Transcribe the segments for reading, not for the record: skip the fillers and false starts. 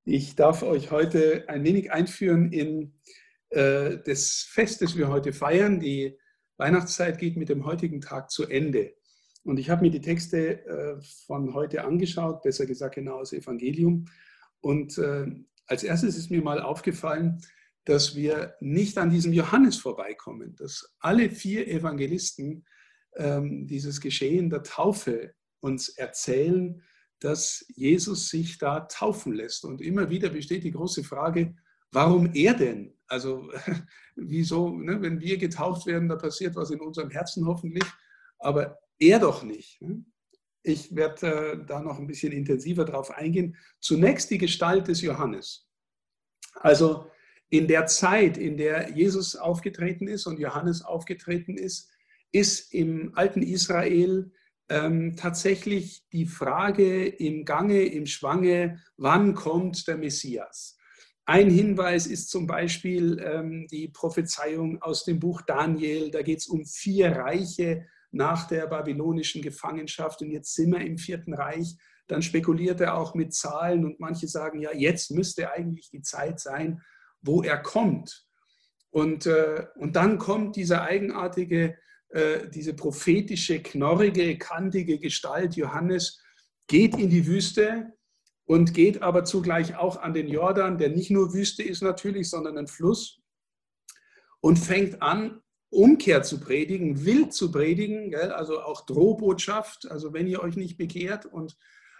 Ich darf euch heute ein wenig einführen in das Fest, das wir heute feiern. Die Weihnachtszeit geht mit dem heutigen Tag zu Ende. Und ich habe mir die Texte von heute angeschaut, besser gesagt genau das Evangelium. Und als erstes ist mir mal aufgefallen, dass wir nicht an diesem Johannes vorbeikommen, dass alle 4 Evangelisten dieses Geschehen der Taufe uns erzählen, dass Jesus sich da taufen lässt. Und immer wieder besteht die große Frage, warum er denn? Also wieso, ne? Wenn wir getauft werden, da passiert was in unserem Herzen hoffentlich, aber er doch nicht. Ne? Ich werde da noch ein bisschen intensiver drauf eingehen. Zunächst die Gestalt des Johannes. Also in der Zeit, in der Jesus aufgetreten ist und Johannes aufgetreten ist, ist im alten Israel tatsächlich die Frage im Gange, im Schwange, wann kommt der Messias? Ein Hinweis ist zum Beispiel die Prophezeiung aus dem Buch Daniel. Da geht es um 4 Reiche nach der babylonischen Gefangenschaft und jetzt sind wir im 4. Reich. Dann spekuliert er auch mit Zahlen und manche sagen, ja, jetzt müsste eigentlich die Zeit sein, wo er kommt. Und dann kommt dieser eigenartige, diese prophetische, knorrige, kantige Gestalt Johannes, geht in die Wüste und geht aber zugleich auch an den Jordan, der nicht nur Wüste ist natürlich, sondern ein Fluss, und fängt an, Umkehr zu predigen, wild zu predigen, gell? Also auch Drohbotschaft, also wenn ihr euch nicht bekehrt und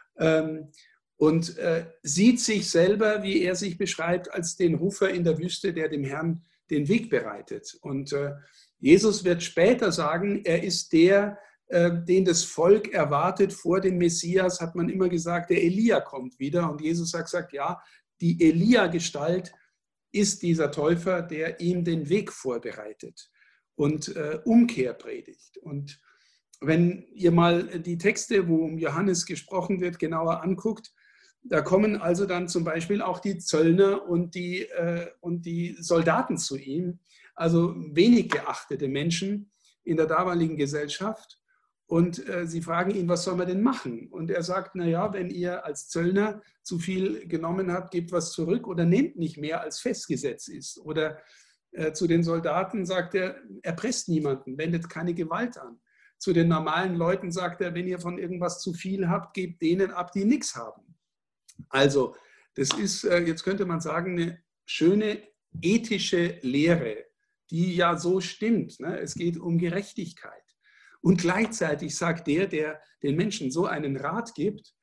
sieht sich selber, wie er sich beschreibt, als den Rufer in der Wüste, der dem Herrn den Weg bereitet. Und Jesus wird später sagen, er ist der, den das Volk erwartet vor dem Messias, hat man immer gesagt, der Elia kommt wieder. Und Jesus hat gesagt, ja, die Elia-Gestalt ist dieser Täufer, der ihm den Weg vorbereitet und Umkehr predigt. Und wenn ihr mal die Texte, wo um Johannes gesprochen wird, genauer anguckt, da kommen also dann zum Beispiel auch die Zöllner und die Soldaten zu ihm, also wenig geachtete Menschen in der damaligen Gesellschaft. Und sie fragen ihn, was soll man denn machen? Und er sagt, naja, wenn ihr als Zöllner zu viel genommen habt, gebt was zurück oder nehmt nicht mehr, als festgesetzt ist. Oder zu den Soldaten sagt er, erpresst niemanden, wendet keine Gewalt an. Zu den normalen Leuten sagt er, wenn ihr von irgendwas zu viel habt, gebt denen ab, die nichts haben. Also, das ist, jetzt könnte man sagen, eine schöne ethische Lehre, die ja so stimmt. Ne? Es geht um Gerechtigkeit. Und gleichzeitig sagt der den Menschen so einen Rat gibt,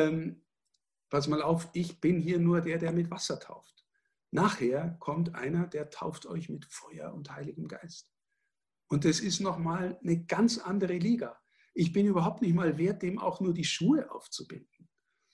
pass mal auf, ich bin hier nur der mit Wasser tauft. Nachher kommt einer, der tauft euch mit Feuer und Heiligem Geist. Und das ist nochmal eine ganz andere Liga. Ich bin überhaupt nicht mal wert, dem auch nur die Schuhe aufzubinden.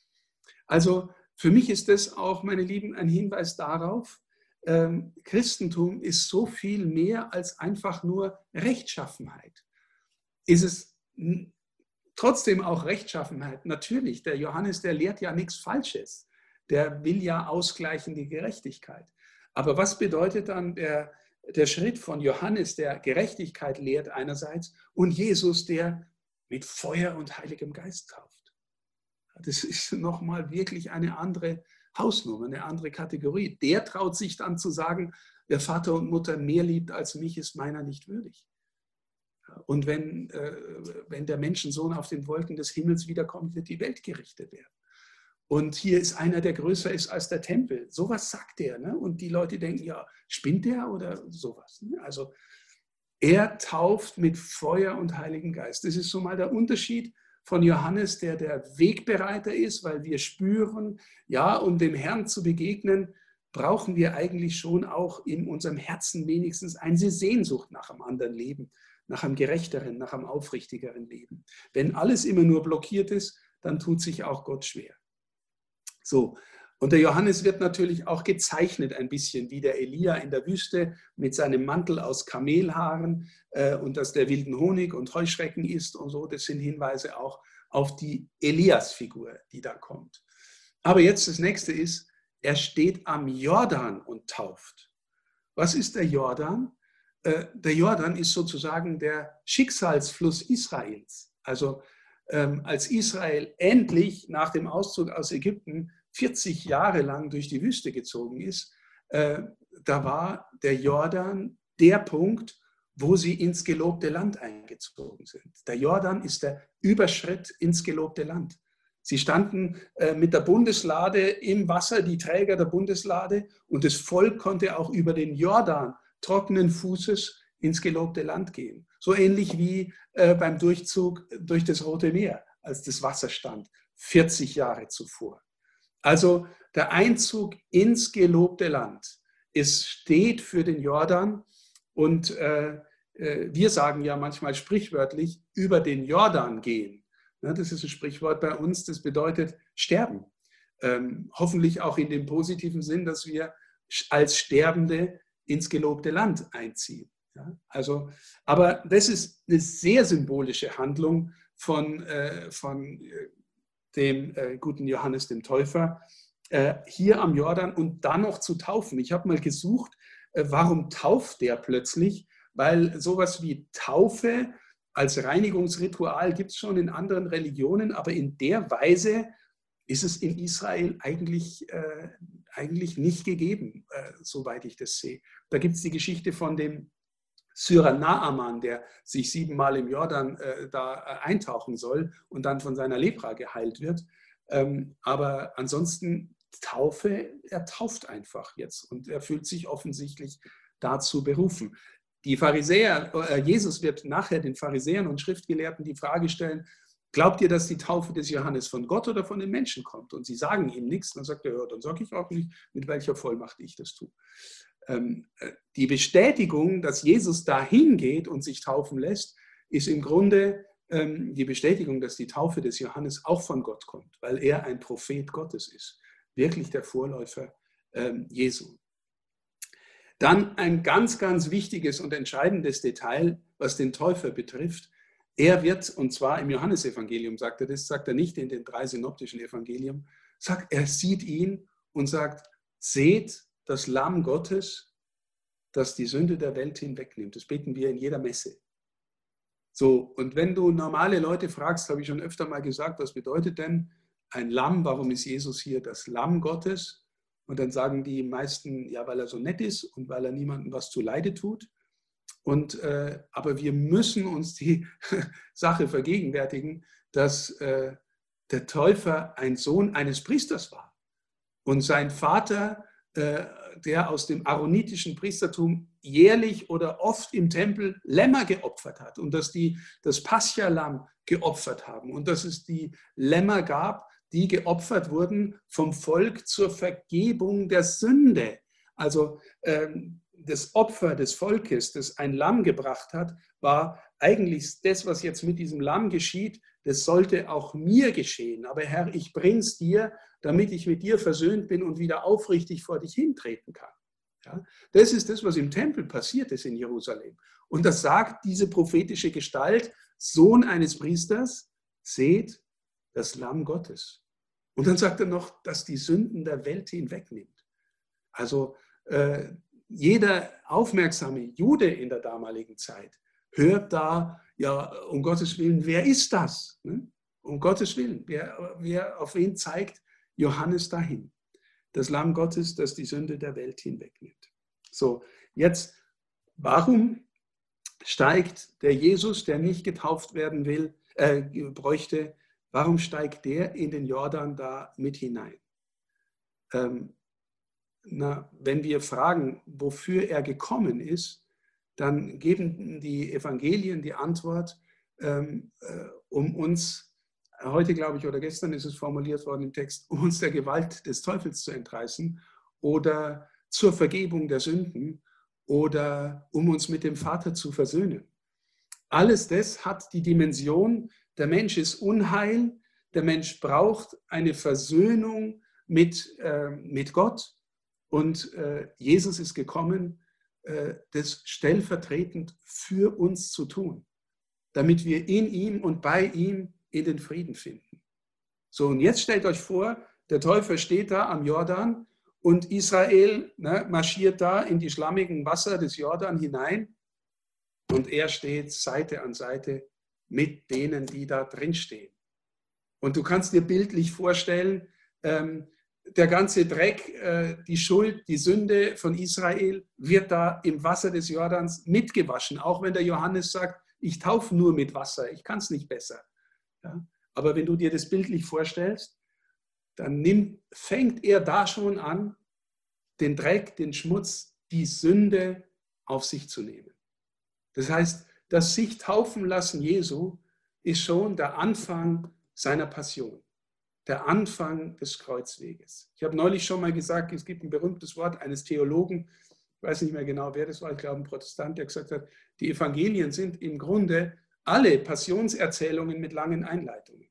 Also für mich ist das auch, meine Lieben, ein Hinweis darauf, Christentum ist so viel mehr als einfach nur Rechtschaffenheit. Ist es trotzdem auch Rechtschaffenheit? Natürlich, der Johannes, der lehrt ja nichts Falsches. Der will ja ausgleichende Gerechtigkeit. Aber was bedeutet dann der Schritt von Johannes, der Gerechtigkeit lehrt einerseits, und Jesus, der mit Feuer und Heiligem Geist tauft? Das ist nochmal wirklich eine andere Hausnummer, eine andere Kategorie. Der traut sich dann zu sagen, wer Vater und Mutter mehr liebt als mich, ist meiner nicht würdig. Und wenn der Menschensohn auf den Wolken des Himmels wiederkommt, wird die Welt gerichtet werden. Und hier ist einer, der größer ist als der Tempel. Sowas sagt er. Ne? Und die Leute denken, ja, spinnt der oder sowas? Ne? Also er tauft mit Feuer und Heiligen Geist. Das ist so mal der Unterschied von Johannes, der Wegbereiter ist, weil wir spüren, ja, um dem Herrn zu begegnen, brauchen wir eigentlich schon auch in unserem Herzen wenigstens eine Sehnsucht nach einem anderen Leben, nach einem gerechteren, nach einem aufrichtigeren Leben. Wenn alles immer nur blockiert ist, dann tut sich auch Gott schwer. So, und der Johannes wird natürlich auch gezeichnet ein bisschen wie der Elia in der Wüste mit seinem Mantel aus Kamelhaaren und dass der wilden Honig und Heuschrecken isst und so. Das sind Hinweise auch auf die Elias-Figur, die da kommt. Aber jetzt das nächste ist, er steht am Jordan und tauft. Was ist der Jordan? Der Jordan ist sozusagen der Schicksalsfluss Israels. Also als Israel endlich nach dem Auszug aus Ägypten 40 Jahre lang durch die Wüste gezogen ist, da war der Jordan der Punkt, wo sie ins gelobte Land eingezogen sind. Der Jordan ist der Überschritt ins gelobte Land. Sie standen mit der Bundeslade im Wasser, die Träger der Bundeslade, und das Volk konnte auch über den Jordan trockenen Fußes ins gelobte Land gehen. So ähnlich wie beim Durchzug durch das Rote Meer, als das Wasser stand, 40 Jahre zuvor. Also der Einzug ins gelobte Land steht für den Jordan, und wir sagen ja manchmal sprichwörtlich über den Jordan gehen. Das ist ein Sprichwort bei uns, das bedeutet sterben. Hoffentlich auch in dem positiven Sinn, dass wir als Sterbende ins gelobte Land einziehen. Ja, also, aber das ist eine sehr symbolische Handlung von dem guten Johannes dem Täufer, hier am Jordan und dann noch zu taufen. Ich habe mal gesucht, warum tauft der plötzlich? Weil sowas wie Taufe als Reinigungsritual gibt es schon in anderen Religionen, aber in der Weise ist es in Israel eigentlich nicht gegeben, soweit ich das sehe. Da gibt es die Geschichte von dem Syrer Naaman, der sich 7-mal im Jordan eintauchen soll und dann von seiner Lepra geheilt wird. Aber ansonsten Taufe, er tauft einfach jetzt und er fühlt sich offensichtlich dazu berufen. Die Pharisäer, Jesus wird nachher den Pharisäern und Schriftgelehrten die Frage stellen: Glaubt ihr, dass die Taufe des Johannes von Gott oder von den Menschen kommt? Und sie sagen ihm nichts. Dann sagt er: Ja, dann sage ich auch nicht, mit welcher Vollmacht ich das tue. Die Bestätigung, dass Jesus dahin geht und sich taufen lässt, ist im Grunde die Bestätigung, dass die Taufe des Johannes auch von Gott kommt, weil er ein Prophet Gottes ist, wirklich der Vorläufer Jesu. Dann ein ganz, ganz wichtiges und entscheidendes Detail, was den Täufer betrifft. Er wird, und zwar im Johannesevangelium sagt er das, sagt er nicht in den 3 synoptischen Evangelien, er sieht ihn und sagt: Seht das Lamm Gottes, das die Sünde der Welt hinwegnimmt. Das beten wir in jeder Messe. So, und wenn du normale Leute fragst, habe ich schon öfter mal gesagt, was bedeutet denn ein Lamm? Warum ist Jesus hier das Lamm Gottes? Und dann sagen die meisten: Ja, weil er so nett ist und weil er niemandem was zuleide tut. Aber wir müssen uns die Sache vergegenwärtigen, dass der Täufer ein Sohn eines Priesters war. Und sein Vater, der aus dem aaronitischen Priestertum jährlich oder oft im Tempel Lämmer geopfert hat und dass die das Pascha-Lamm geopfert haben und dass es die Lämmer gab, die geopfert wurden vom Volk zur Vergebung der Sünde. Also das Opfer des Volkes, das ein Lamm gebracht hat, war eigentlich das, was jetzt mit diesem Lamm geschieht, das sollte auch mir geschehen. Aber Herr, ich bring's dir, damit ich mit dir versöhnt bin und wieder aufrichtig vor dich hintreten kann. Ja, das ist das, was im Tempel passiert ist in Jerusalem. Und das sagt diese prophetische Gestalt, Sohn eines Priesters: Seht das Lamm Gottes. Und dann sagt er noch, dass die Sünden der Welt hinwegnimmt. Also jeder aufmerksame Jude in der damaligen Zeit hört da: Ja, um Gottes Willen, wer ist das? Ne? Um Gottes Willen, auf wen zeigt Johannes dahin? Das Lamm Gottes, das die Sünde der Welt hinwegnimmt. So, jetzt, warum steigt der Jesus, der nicht getauft werden bräuchte, warum steigt der in den Jordan da mit hinein? Wenn wir fragen, wofür er gekommen ist, dann geben die Evangelien die Antwort, um uns, heute glaube ich oder gestern ist es formuliert worden im Text, um uns der Gewalt des Teufels zu entreißen oder zur Vergebung der Sünden oder um uns mit dem Vater zu versöhnen. Alles das hat die Dimension, der Mensch ist Unheil, der Mensch braucht eine Versöhnung mit Gott. Und Jesus ist gekommen, das stellvertretend für uns zu tun, damit wir in ihm und bei ihm in den Frieden finden. So, und jetzt stellt euch vor, der Täufer steht da am Jordan und Israel marschiert da in die schlammigen Wasser des Jordan hinein und er steht Seite an Seite mit denen, die da drin stehen. Und du kannst dir bildlich vorstellen, der ganze Dreck, die Schuld, die Sünde von Israel wird da im Wasser des Jordans mitgewaschen. Auch wenn der Johannes sagt, ich taufe nur mit Wasser, ich kann es nicht besser. Ja? Aber wenn du dir das bildlich vorstellst, dann fängt er da schon an, den Dreck, den Schmutz, die Sünde auf sich zu nehmen. Das heißt, das sich taufen lassen Jesu ist schon der Anfang seiner Passion, der Anfang des Kreuzweges. Ich habe neulich schon mal gesagt, es gibt ein berühmtes Wort eines Theologen, ich weiß nicht mehr genau, wer das war, ich glaube ein Protestant, der gesagt hat, die Evangelien sind im Grunde alle Passionserzählungen mit langen Einleitungen.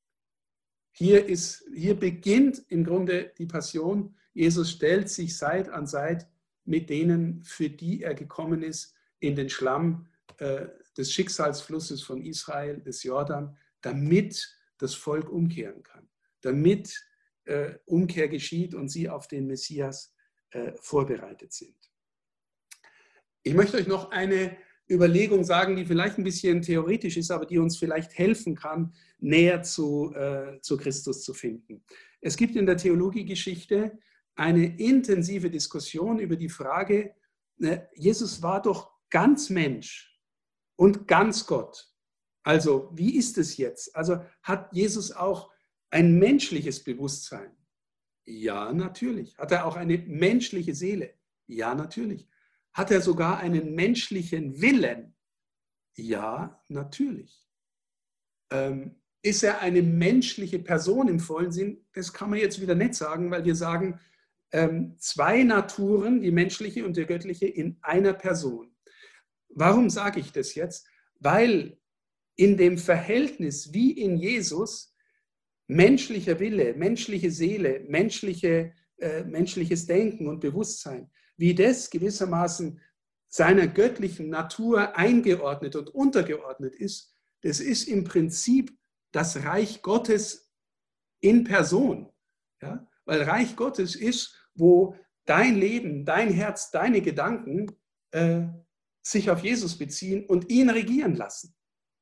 Hier beginnt im Grunde die Passion. Jesus stellt sich Seit an Seit mit denen, für die er gekommen ist, in den Schlamm des Schicksalsflusses von Israel, des Jordan, damit das Volk umkehren kann, damit Umkehr geschieht und sie auf den Messias vorbereitet sind. Ich möchte euch noch eine Überlegung sagen, die vielleicht ein bisschen theoretisch ist, aber die uns vielleicht helfen kann, näher zu Christus zu finden. Es gibt in der Theologiegeschichte eine intensive Diskussion über die Frage, Jesus war doch ganz Mensch und ganz Gott. Also, wie ist es jetzt? Also, hat Jesus auch ein menschliches Bewusstsein? Ja, natürlich. Hat er auch eine menschliche Seele? Ja, natürlich. Hat er sogar einen menschlichen Willen? Ja, natürlich. Ist er eine menschliche Person im vollen Sinn? Das kann man jetzt wieder nicht sagen, weil wir sagen, zwei Naturen, die menschliche und die göttliche, in einer Person. Warum sage ich das jetzt? Weil in dem Verhältnis wie in Jesus menschlicher Wille, menschliche Seele, menschliches Denken und Bewusstsein, wie das gewissermaßen seiner göttlichen Natur eingeordnet und untergeordnet ist, das ist im Prinzip das Reich Gottes in Person. Ja? Weil Reich Gottes ist, wo dein Leben, dein Herz, deine Gedanken sich auf Jesus beziehen und ihn regieren lassen.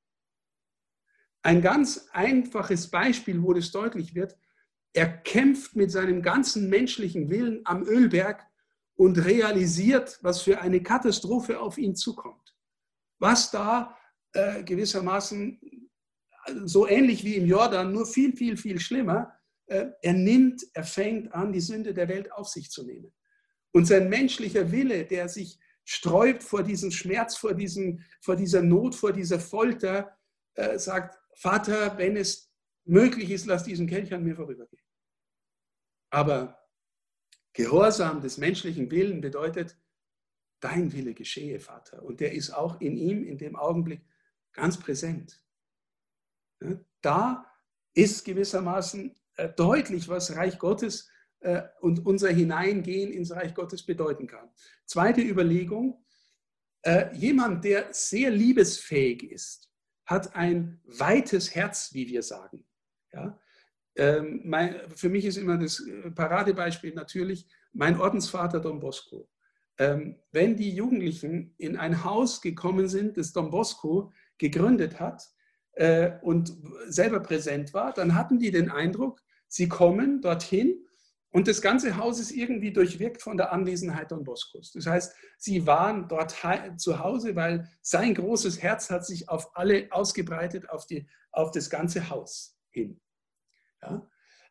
Ein ganz einfaches Beispiel, wo das deutlich wird, er kämpft mit seinem ganzen menschlichen Willen am Ölberg und realisiert, was für eine Katastrophe auf ihn zukommt. Was da gewissermaßen so ähnlich wie im Jordan, nur viel, viel, viel schlimmer, er fängt an, die Sünde der Welt auf sich zu nehmen. Und sein menschlicher Wille, der sich sträubt vor diesem Schmerz, vor dieser Not, vor dieser Folter, sagt, Vater, wenn es möglich ist, lass diesen Kelch an mir vorübergehen. Aber Gehorsam des menschlichen Willens bedeutet, dein Wille geschehe, Vater. Und der ist auch in ihm in dem Augenblick ganz präsent. Ja, da ist gewissermaßen deutlich, was Reich Gottes und unser Hineingehen ins Reich Gottes bedeuten kann. Zweite Überlegung, jemand, der sehr liebesfähig ist, hat ein weites Herz, wie wir sagen. Ja? Für mich ist immer das Paradebeispiel natürlich mein Ordensvater Don Bosco. Wenn die Jugendlichen in ein Haus gekommen sind, das Don Bosco gegründet hat und selber präsent war, dann hatten die den Eindruck, sie kommen dorthin und das ganze Haus ist irgendwie durchwirkt von der Anwesenheit Don Boscos. Das heißt, sie waren dort zu Hause, weil sein großes Herz hat sich auf alle ausgebreitet, auf das ganze Haus hin. Ja?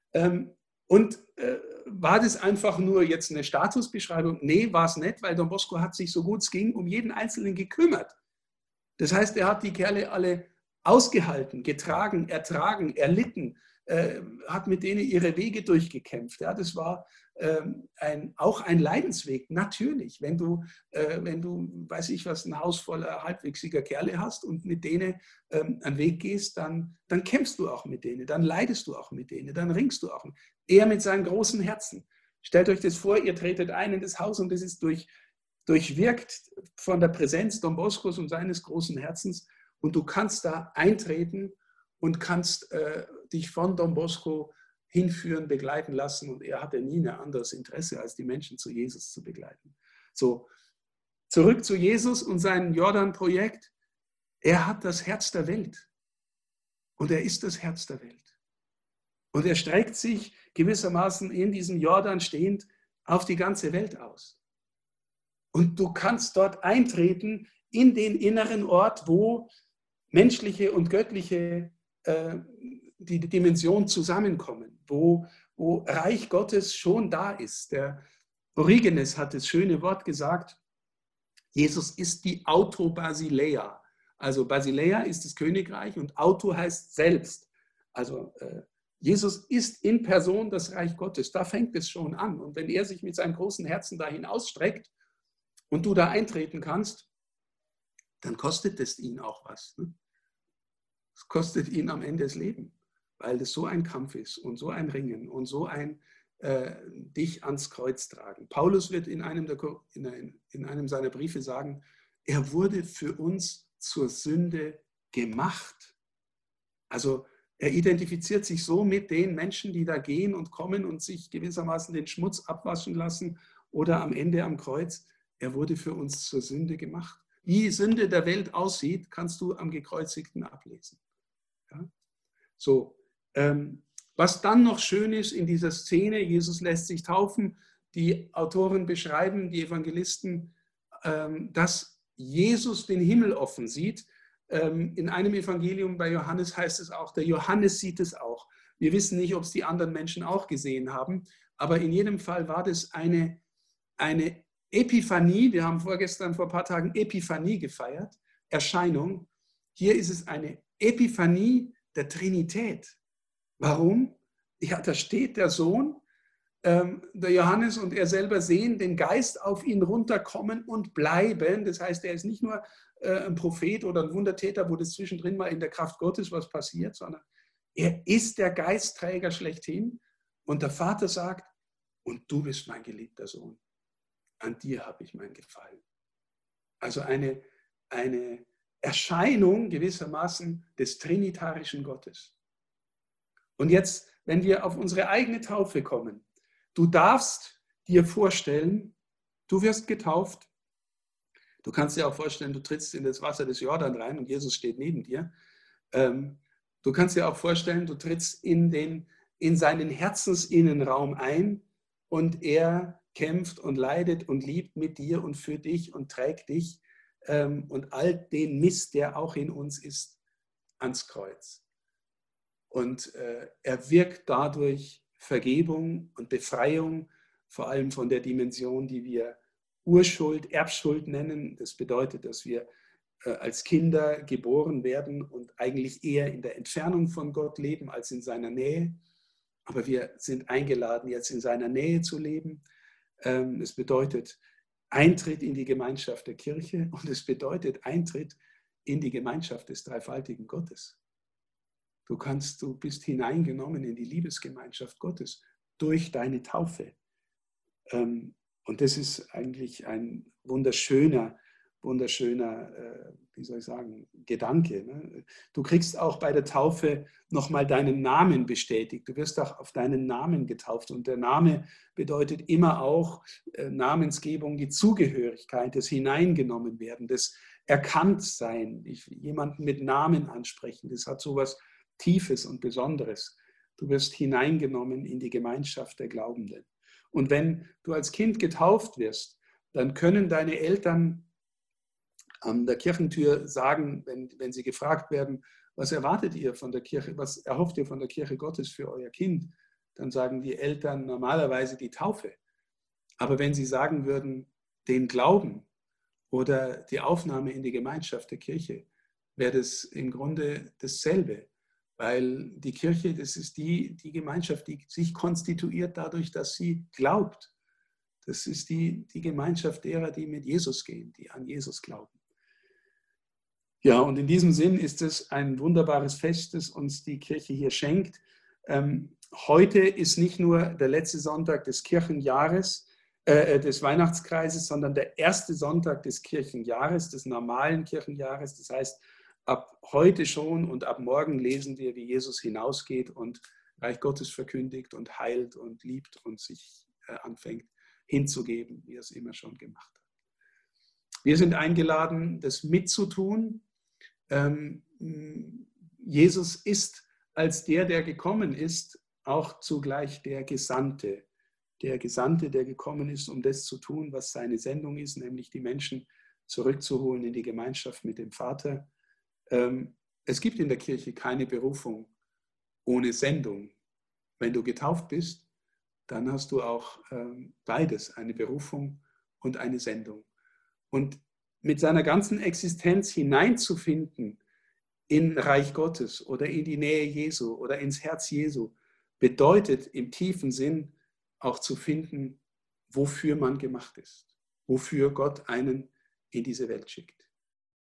War das einfach nur jetzt eine Statusbeschreibung? Nee, war es nicht, weil Don Bosco hat sich so gut es ging um jeden Einzelnen gekümmert. Das heißt, er hat die Kerle alle ausgehalten, getragen, ertragen, erlitten, hat mit denen ihre Wege durchgekämpft. Ja, das war auch ein Leidensweg, natürlich. Wenn du, weiß ich was, ein Haus voller halbwüchsiger Kerle hast und mit denen einen Weg gehst, dann kämpfst du auch mit denen, dann leidest du auch mit denen, dann ringst du auch. Er mit seinem großen Herzen. Stellt euch das vor, ihr tretet ein in das Haus und das ist durchwirkt von der Präsenz Don Boscos und seines großen Herzens und du kannst da eintreten und kannst dich von Don Bosco hinführen, begleiten lassen und er hatte nie ein anderes Interesse, als die Menschen zu Jesus zu begleiten. So, zurück zu Jesus und seinem Jordan-Projekt. Er hat das Herz der Welt und er ist das Herz der Welt. Und er streckt sich gewissermaßen in diesem Jordan stehend auf die ganze Welt aus. Und du kannst dort eintreten in den inneren Ort, wo menschliche und göttliche die Dimension zusammenkommen, wo Reich Gottes schon da ist. Der Origenes hat das schöne Wort gesagt, Jesus ist die Auto Basileia. Also Basileia ist das Königreich und Auto heißt selbst. Also Jesus ist in Person das Reich Gottes. Da fängt es schon an. Und wenn er sich mit seinem großen Herzen dahin ausstreckt und du da eintreten kannst, dann kostet es ihn auch was. Ne? Es kostet ihn am Ende das Leben, weil das so ein Kampf ist und so ein Ringen und so ein dich ans Kreuz tragen. Paulus wird in einem seiner Briefe sagen, er wurde für uns zur Sünde gemacht. Also er identifiziert sich so mit den Menschen, die da gehen und kommen und sich gewissermaßen den Schmutz abwaschen lassen oder am Ende am Kreuz. Er wurde für uns zur Sünde gemacht. Wie Sünde der Welt aussieht, kannst du am Gekreuzigten ablesen. Ja? So, was dann noch schön ist in dieser Szene, Jesus lässt sich taufen, die Autoren beschreiben, die Evangelisten, dass Jesus den Himmel offen sieht. In einem Evangelium bei Johannes heißt es auch, der Johannes sieht es auch. Wir wissen nicht, ob es die anderen Menschen auch gesehen haben, aber in jedem Fall war das eine Epiphanie. Wir haben vor ein paar Tagen Epiphanie gefeiert, Erscheinung. Hier ist es eine Epiphanie der Trinität. Warum? Ja, da steht der Sohn, der Johannes und er selber sehen den Geist auf ihn runterkommen und bleiben. Das heißt, er ist nicht nur ein Prophet oder ein Wundertäter, wo das zwischendrin mal in der Kraft Gottes was passiert, sondern er ist der Geistträger schlechthin. Und der Vater sagt, und du bist mein geliebter Sohn. An dir habe ich mein Gefallen. Also eine Erscheinung gewissermaßen des trinitarischen Gottes. Und jetzt, wenn wir auf unsere eigene Taufe kommen, du darfst dir vorstellen, du wirst getauft. Du kannst dir auch vorstellen, du trittst in das Wasser des Jordan rein und Jesus steht neben dir. Du kannst dir auch vorstellen, du trittst in seinen Herzensinnenraum ein und er kämpft und leidet und liebt mit dir und für dich und trägt dich und all den Mist, der auch in uns ist, ans Kreuz. Und er wirkt dadurch Vergebung und Befreiung, vor allem von der Dimension, die wir Urschuld, Erbschuld nennen. Das bedeutet, dass wir als Kinder geboren werden und eigentlich eher in der Entfernung von Gott leben als in seiner Nähe. Aber wir sind eingeladen, jetzt in seiner Nähe zu leben. Es bedeutet Eintritt in die Gemeinschaft der Kirche und es bedeutet Eintritt in die Gemeinschaft des dreifaltigen Gottes. Du bist hineingenommen in die Liebesgemeinschaft Gottes durch deine Taufe. Und das ist eigentlich ein wunderschöner, wie soll ich sagen, Gedanke. Ne? Du kriegst auch bei der Taufe nochmal deinen Namen bestätigt. Du wirst auch auf deinen Namen getauft. Und der Name bedeutet immer auch Namensgebung, die Zugehörigkeit, das Hineingenommen werden, das Erkanntsein, jemanden mit Namen ansprechen. Das hat sowas Tiefes und Besonderes. Du wirst hineingenommen in die Gemeinschaft der Glaubenden. Und wenn du als Kind getauft wirst, dann können deine Eltern an der Kirchentür sagen, wenn sie gefragt werden, was erwartet ihr von der Kirche, was erhofft ihr von der Kirche Gottes für euer Kind, dann sagen die Eltern normalerweise die Taufe. Aber wenn sie sagen würden, den Glauben oder die Aufnahme in die Gemeinschaft der Kirche, wäre das im Grunde dasselbe. Weil die Kirche, das ist die Gemeinschaft, die sich konstituiert dadurch, dass sie glaubt. Das ist die Gemeinschaft derer, die mit Jesus gehen, die an Jesus glauben. Ja, und in diesem Sinn ist es ein wunderbares Fest, das uns die Kirche hier schenkt. Heute ist nicht nur der letzte Sonntag des Kirchenjahres, des Weihnachtskreises, sondern der erste Sonntag des Kirchenjahres, des normalen Kirchenjahres. Das heißt, ab heute schon und ab morgen lesen wir, wie Jesus hinausgeht und Reich Gottes verkündigt und heilt und liebt und sich anfängt hinzugeben, wie er es immer schon gemacht hat. Wir sind eingeladen, das mitzutun. Jesus ist als der gekommen ist, auch zugleich der Gesandte. Der Gesandte, der gekommen ist, um das zu tun, was seine Sendung ist, nämlich die Menschen zurückzuholen in die Gemeinschaft mit dem Vater. Es gibt in der Kirche keine Berufung ohne Sendung. Wenn du getauft bist, dann hast du auch beides, eine Berufung und eine Sendung. Und mit seiner ganzen Existenz hineinzufinden in Reich Gottes oder in die Nähe Jesu oder ins Herz Jesu, bedeutet im tiefen Sinn auch zu finden, wofür man gemacht ist, wofür Gott einen in diese Welt schickt.